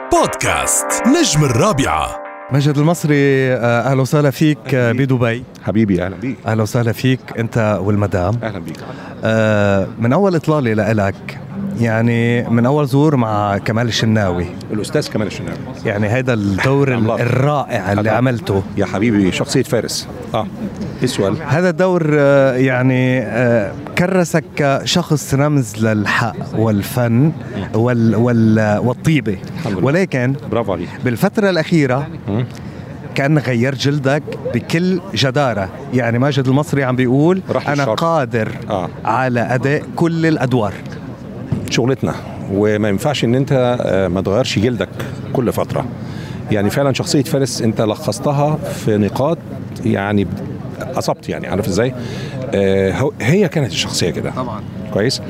بودكاست نجم الرابعة. ماجد المصري، أهلا وسهلا فيك بدبي. حبيبي أهلا بيك. أهلا وسهلا فيك أنت والمدام. أهلا بيك. من أول إطلالي لإلك، يعني من أول زور مع كمال الشناوي، الأستاذ كمال الشناوي، يعني هذا الدور الرائع اللي عملته يا حبيبي، شخصية فارس. إيه السؤال؟ هذا الدور يعني كرسك كشخص رمز للحق والفن والطيبة، ولكن برافو عليك. بالفترة الأخيرة كان غير جلدك بكل جدارة. يعني ماجد المصري عم بيقول أنا قادر على أداء كل الأدوار. شغلتنا، وما ينفعش ان انت ما تغيرش جلدك كل فترة. يعني فعلا شخصية فارس انت لخصتها في نقاط، يعني أصبت، يعني عارف ازاي. هي كانت الشخصية كده طبعا كويس.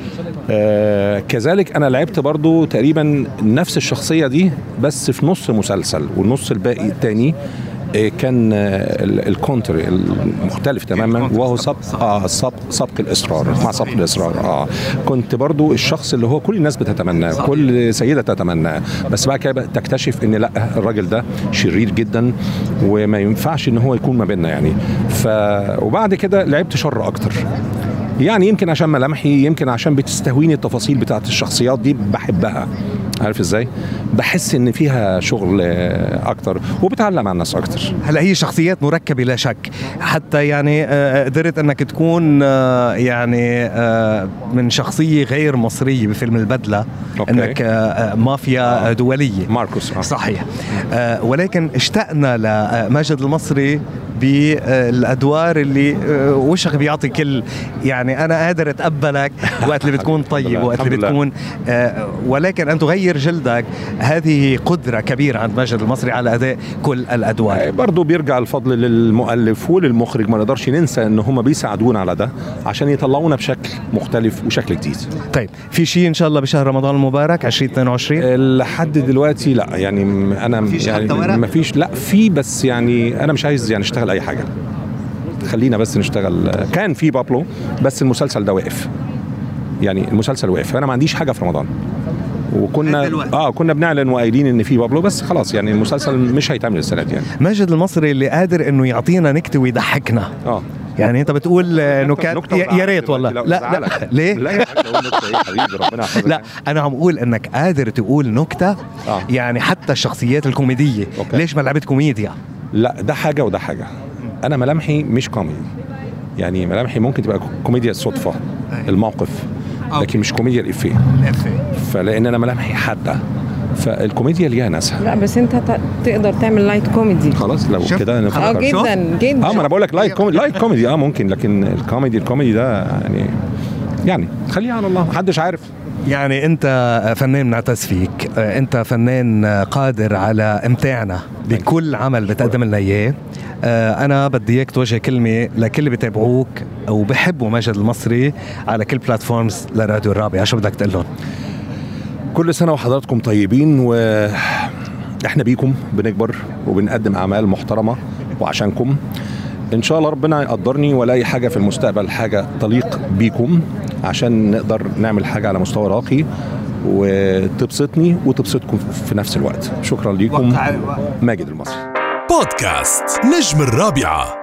كذلك انا لعبت برضو تقريبا نفس الشخصية دي، بس في نص مسلسل، والنص الباقي التاني كان الكونتر المختلف تماما، وهو سبق الإصرار. مع سبق الإصرار كنت برضو الشخص اللي هو كل الناس بتتمناه، كل سيدة تتمناه، بس بعد كده تكتشف ان لا، الراجل ده شرير جدا وما ينفعش ان هو يكون ما بيننا يعني. وبعد كده لعبت شر اكتر، يعني يمكن عشان ملامحي، يمكن عشان بتستهويني التفاصيل بتاعت الشخصيات دي، بحبها، عارف ازاي، بحس ان فيها شغل اكتر وبتعلم عن الناس اكتر. هلا هي شخصيات مركبة لا شك، حتى يعني قدرت انك تكون يعني من شخصية غير مصرية بفيلم البدلة. أوكي. انك مافيا دولية، ماركوس. صحيح. ولكن اشتقنا لماجد المصري بالادوار اللي وشك بيعطي كل، يعني انا قادر اتقبلك وقت اللي بتكون طيب، وقت اللي بتكون ولكن ان تغير جلدك، هذه قدرة كبيرة عند ماجد المصري على اداء كل الادوار. برضو بيرجع الفضل للمؤلف وللمخرج، ما نقدرش ننسى ان هم بيساعدونا على ده عشان يطلعونا بشكل مختلف وشكل جديد. طيب، في شيء ان شاء الله بشهر رمضان المبارك 2022 لحد دلوقتي لا، يعني انا يعني ما فيش، لا في، بس يعني انا مش عايز يعني اشتغل اي حاجه، خلينا بس نشتغل. كان في بابلو بس المسلسل ده واقف، يعني المسلسل واقف، انا ما عنديش حاجه في رمضان، وكنا كنا بنعلن وقايلين ان في بابلو، بس خلاص يعني المسلسل مش هيتعمل السنه دي. يعني ماجد المصري اللي قادر انه يعطينا نكته ويضحكنا. يعني انت بتقول انه كان يا ريت والله. لا ليه؟ لا يا حبيبي، ربنا يحفظك. لا انا عم اقول انك قادر تقول نكته. يعني حتى الشخصيات الكوميديه. ليش ما لعبت كوميديا؟ لا، ده حاجه وده حاجه. انا ملامحي مش كوميدي، يعني ملامحي ممكن تبقى كوميديا الصدفه، الموقف، لكن مش كوميديا الإفيه. فلان انا ملامحي حاده، فالكوميديا ليها ناسها. لا بس انت تقدر تعمل لايت كوميدي. خلاص لو كده نفكر. جدا ما انا بقول لك لايت كوميدي ممكن، لكن الكوميدي ده يعني خليها على الله، محدش عارف. يعني انت فنان نعتز فيك، انت فنان قادر على امتاعنا بكل عمل بتقدم لنا اياه. انا بدي اياك توجه كلمه لكل اللي بيتابعوك او بحبوا ماجد المصري على كل بلاتفورمز لراديو الرابعه، شو بدك تقول لهم؟ كل سنه وحضراتكم طيبين، واحنا بيكم بنكبر وبنقدم اعمال محترمه وعشانكم. ان شاء الله ربنا يقدرني ولاقي حاجه في المستقبل، حاجه تليق بيكم، عشان نقدر نعمل حاجه على مستوى راقي وتبسطني وتبسطكم في نفس الوقت. شكرا لكم. ماجد المصري، بودكاست نجم الرابعة.